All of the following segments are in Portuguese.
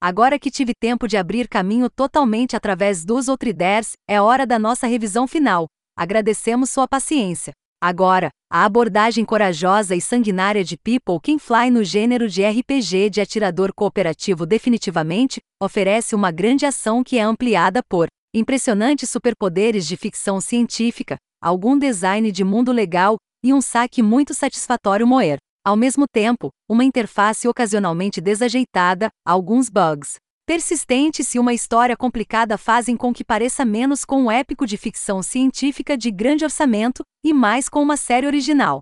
Agora que tive tempo de abrir caminho totalmente através dos Outriders, é hora da nossa revisão final. Agradecemos sua paciência. Agora, a abordagem corajosa e sanguinária de People Can Fly no gênero de RPG de atirador cooperativo definitivamente oferece uma grande ação que é ampliada por impressionantes superpoderes de ficção científica, algum design de mundo legal e um saque muito satisfatório moer. Ao mesmo tempo, uma interface ocasionalmente desajeitada, alguns bugs persistentes e uma história complicada fazem com que pareça menos com um épico de ficção científica de grande orçamento e mais com uma série original.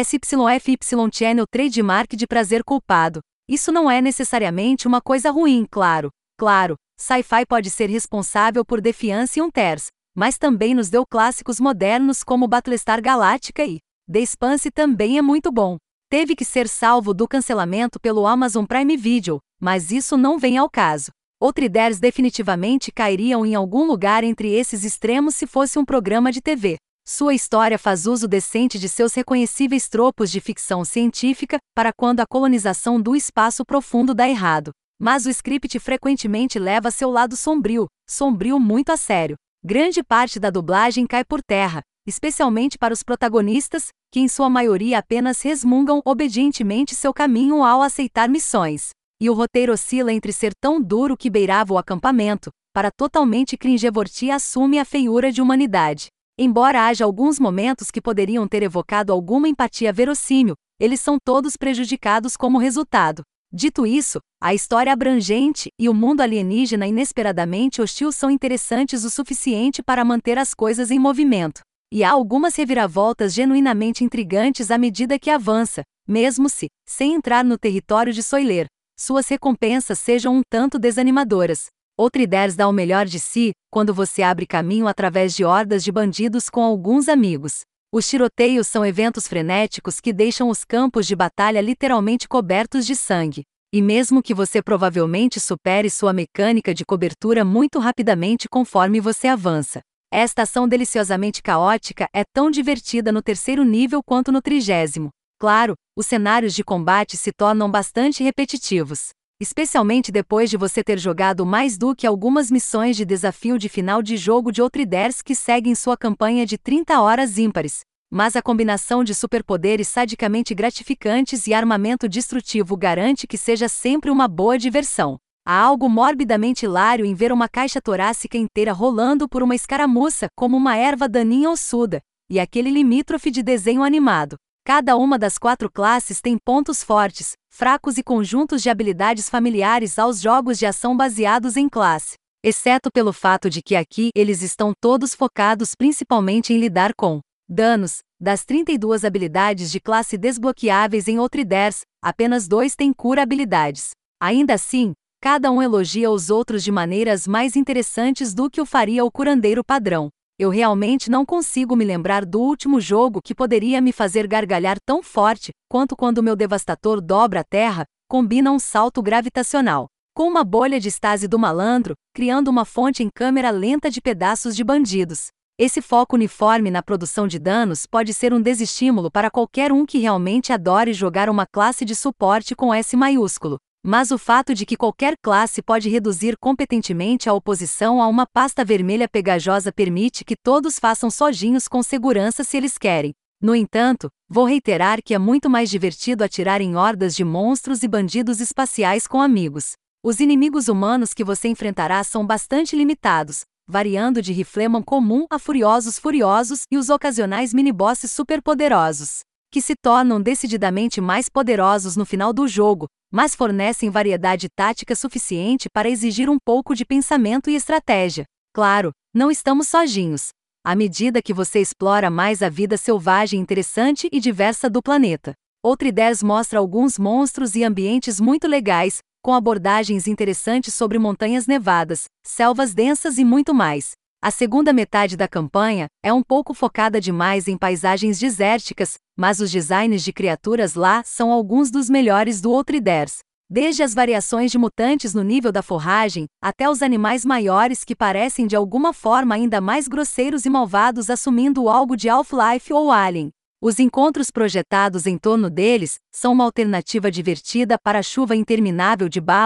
SYFY Channel Trademark de prazer culpado. Isso não é necessariamente uma coisa ruim, claro. Claro, sci-fi pode ser responsável por Defiance e Hunters, mas também nos deu clássicos modernos como Battlestar Galactica e The Expanse também é muito bom. Teve que ser salvo do cancelamento pelo Amazon Prime Video, mas isso não vem ao caso. Outriders definitivamente cairiam em algum lugar entre esses extremos se fosse um programa de TV. Sua história faz uso decente de seus reconhecíveis tropos de ficção científica para quando a colonização do espaço profundo dá errado. Mas o script frequentemente leva seu lado sombrio muito a sério. Grande parte da dublagem cai por terra, especialmente para os protagonistas, que em sua maioria apenas resmungam obedientemente seu caminho ao aceitar missões. E o roteiro oscila entre ser tão duro que beirava o acampamento, para totalmente cringeworthy assume a feiura de humanidade. Embora haja alguns momentos que poderiam ter evocado alguma empatia verossímil, eles são todos prejudicados como resultado. Dito isso, a história abrangente e o mundo alienígena inesperadamente hostil são interessantes o suficiente para manter as coisas em movimento. E há algumas reviravoltas genuinamente intrigantes à medida que avança, mesmo se, sem entrar no território de Soiler, suas recompensas sejam um tanto desanimadoras. Outriders dá o melhor de si, quando você abre caminho através de hordas de bandidos com alguns amigos. Os tiroteios são eventos frenéticos que deixam os campos de batalha literalmente cobertos de sangue. E mesmo que você provavelmente supere sua mecânica de cobertura muito rapidamente conforme você avança, esta ação deliciosamente caótica é tão divertida no terceiro nível quanto no 30º. Claro, os cenários de combate se tornam bastante repetitivos, especialmente depois de você ter jogado mais do que algumas missões de desafio de final de jogo de Outriders que seguem sua campanha de 30 horas ímpares. Mas a combinação de superpoderes sadicamente gratificantes e armamento destrutivo garante que seja sempre uma boa diversão. Há algo morbidamente hilário em ver uma caixa torácica inteira rolando por uma escaramuça como uma erva daninha ossuda, e aquele limítrofe de desenho animado. Cada uma das 4 classes tem pontos fortes, fracos e conjuntos de habilidades familiares aos jogos de ação baseados em classe. Exceto pelo fato de que aqui eles estão todos focados principalmente em lidar com danos. Das 32 habilidades de classe desbloqueáveis em Outriders, apenas 2 têm cura habilidades. Ainda assim, cada um elogia os outros de maneiras mais interessantes do que o faria o curandeiro padrão. Eu realmente não consigo me lembrar do último jogo que poderia me fazer gargalhar tão forte quanto quando meu devastator dobra a terra, combina um salto gravitacional com uma bolha de estase do malandro, criando uma fonte em câmera lenta de pedaços de bandidos. Esse foco uniforme na produção de danos pode ser um desestímulo para qualquer um que realmente adore jogar uma classe de suporte com S maiúsculo. Mas o fato de que qualquer classe pode reduzir competentemente a oposição a uma pasta vermelha pegajosa permite que todos façam sozinhos com segurança se eles querem. No entanto, vou reiterar que é muito mais divertido atirar em hordas de monstros e bandidos espaciais com amigos. Os inimigos humanos que você enfrentará são bastante limitados, variando de rifleman comum a furiosos e os ocasionais minibosses superpoderosos, que se tornam decididamente mais poderosos no final do jogo, mas fornecem variedade tática suficiente para exigir um pouco de pensamento e estratégia. Claro, não estamos sozinhos. À medida que você explora mais a vida selvagem interessante e diversa do planeta, Outriders mostra alguns monstros e ambientes muito legais, com abordagens interessantes sobre montanhas nevadas, selvas densas e muito mais. A segunda metade da campanha é um pouco focada demais em paisagens desérticas, mas os designs de criaturas lá são alguns dos melhores do Outriders. Desde as variações de mutantes no nível da forragem, até os animais maiores que parecem de alguma forma ainda mais grosseiros e malvados assumindo algo de Half-Life ou Alien. Os encontros projetados em torno deles são uma alternativa divertida para a chuva interminável de balas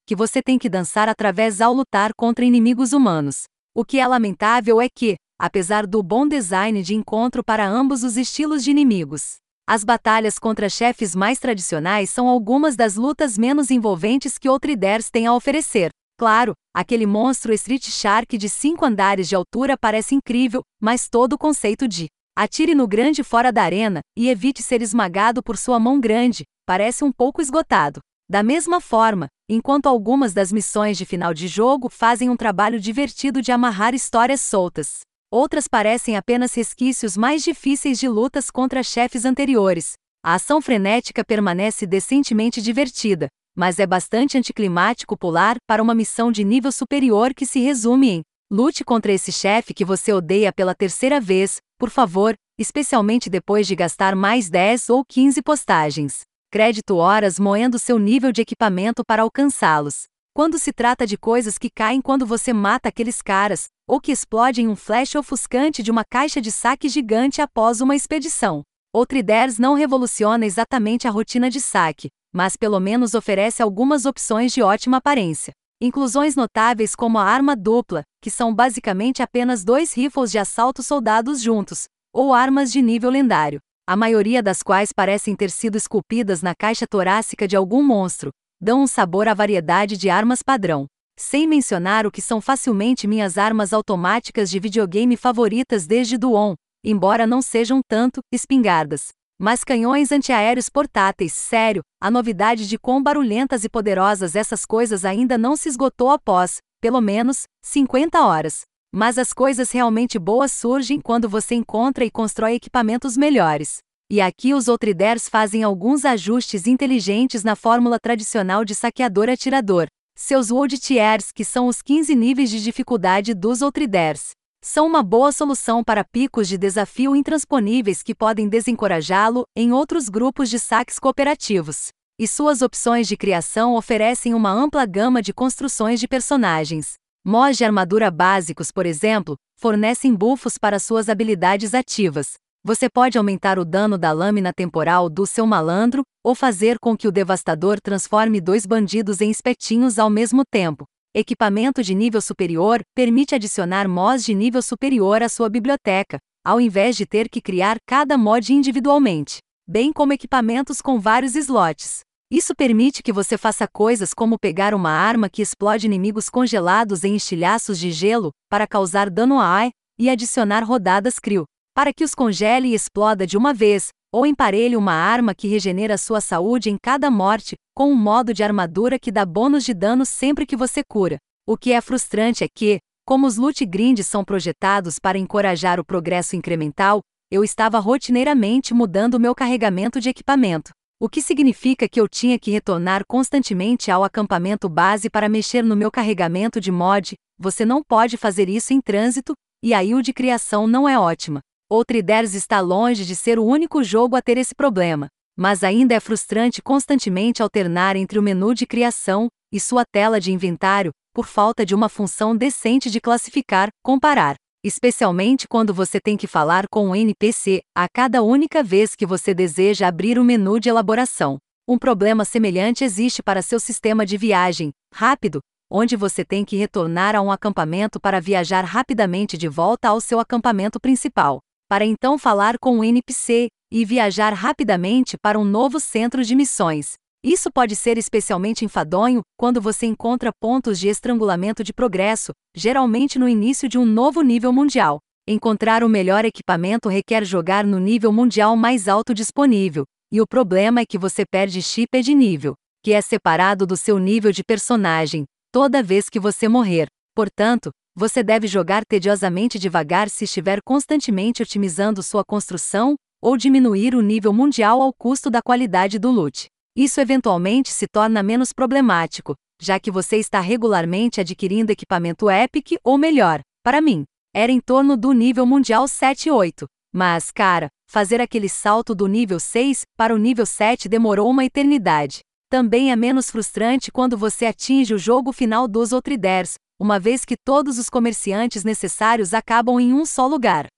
que você tem que dançar através ao lutar contra inimigos humanos. O que é lamentável é que, apesar do bom design de encontro para ambos os estilos de inimigos, as batalhas contra chefes mais tradicionais são algumas das lutas menos envolventes que Outriders tem a oferecer. Claro, aquele monstro Street Shark de 5 andares de altura parece incrível, mas todo o conceito de atire no grande fora da arena e evite ser esmagado por sua mão grande parece um pouco esgotado. Da mesma forma, enquanto algumas das missões de final de jogo fazem um trabalho divertido de amarrar histórias soltas, outras parecem apenas resquícios mais difíceis de lutas contra chefes anteriores. A ação frenética permanece decentemente divertida, mas é bastante anticlimático pular para uma missão de nível superior que se resume em lute contra esse chefe que você odeia pela terceira vez, por favor, especialmente depois de gastar mais 10 ou 15 postagens. Crédito horas moendo seu nível de equipamento para alcançá-los. Quando se trata de coisas que caem quando você mata aqueles caras, ou que explodem um flash ofuscante de uma caixa de saque gigante após uma expedição. Outriders não revoluciona exatamente a rotina de saque, mas pelo menos oferece algumas opções de ótima aparência. Inclusões notáveis como a arma dupla, que são basicamente apenas 2 rifles de assalto soldados juntos, ou armas de nível lendário, a maioria das quais parecem ter sido esculpidas na caixa torácica de algum monstro, dão um sabor à variedade de armas padrão. Sem mencionar o que são facilmente minhas armas automáticas de videogame favoritas desde Dawn, embora não sejam tanto espingardas, mas canhões antiaéreos portáteis. Sério, a novidade de quão barulhentas e poderosas essas coisas ainda não se esgotou após, pelo menos, 50 horas. Mas as coisas realmente boas surgem quando você encontra e constrói equipamentos melhores. E aqui os Outriders fazem alguns ajustes inteligentes na fórmula tradicional de saqueador-atirador. Seus Wood Tiers, que são os 15 níveis de dificuldade dos Outriders, são uma boa solução para picos de desafio intransponíveis que podem desencorajá-lo em outros grupos de saques cooperativos. E suas opções de criação oferecem uma ampla gama de construções de personagens. Mods de armadura básicos, por exemplo, fornecem buffos para suas habilidades ativas. Você pode aumentar o dano da lâmina temporal do seu malandro, ou fazer com que o devastador transforme 2 bandidos em espetinhos ao mesmo tempo. Equipamento de nível superior permite adicionar mods de nível superior à sua biblioteca, ao invés de ter que criar cada mod individualmente, bem como equipamentos com vários slots. Isso permite que você faça coisas como pegar uma arma que explode inimigos congelados em estilhaços de gelo, para causar dano a AI, e adicionar rodadas CRIO, para que os congele e exploda de uma vez, ou emparelhe uma arma que regenera sua saúde em cada morte, com um modo de armadura que dá bônus de dano sempre que você cura. O que é frustrante é que, como os loot grinds são projetados para encorajar o progresso incremental, eu estava rotineiramente mudando meu carregamento de equipamento. O que significa que eu tinha que retornar constantemente ao acampamento base para mexer no meu carregamento de mod. Você não pode fazer isso em trânsito, e a yield de criação não é ótima. Outriders está longe de ser o único jogo a ter esse problema, mas ainda é frustrante constantemente alternar entre o menu de criação e sua tela de inventário, por falta de uma função decente de classificar, comparar. Especialmente quando você tem que falar com um NPC a cada única vez que você deseja abrir o menu de elaboração. Um problema semelhante existe para seu sistema de viagem rápido, onde você tem que retornar a um acampamento para viajar rapidamente de volta ao seu acampamento principal, para então falar com um NPC e viajar rapidamente para um novo centro de missões. Isso pode ser especialmente enfadonho quando você encontra pontos de estrangulamento de progresso, geralmente no início de um novo nível mundial. Encontrar o melhor equipamento requer jogar no nível mundial mais alto disponível, e o problema é que você perde chip de nível, que é separado do seu nível de personagem, toda vez que você morrer. Portanto, você deve jogar tediosamente devagar se estiver constantemente otimizando sua construção, ou diminuir o nível mundial ao custo da qualidade do loot. Isso eventualmente se torna menos problemático, já que você está regularmente adquirindo equipamento Epic ou melhor. Para mim, era em torno do nível mundial 7 e 8. Mas, cara, fazer aquele salto do nível 6 para o nível 7 demorou uma eternidade. Também é menos frustrante quando você atinge o jogo final dos Outriders, uma vez que todos os comerciantes necessários acabam em um só lugar.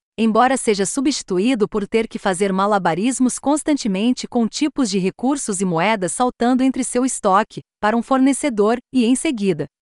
embora seja substituído por ter que fazer malabarismos constantemente com tipos de recursos e moedas saltando entre seu estoque, para um fornecedor, e em seguida,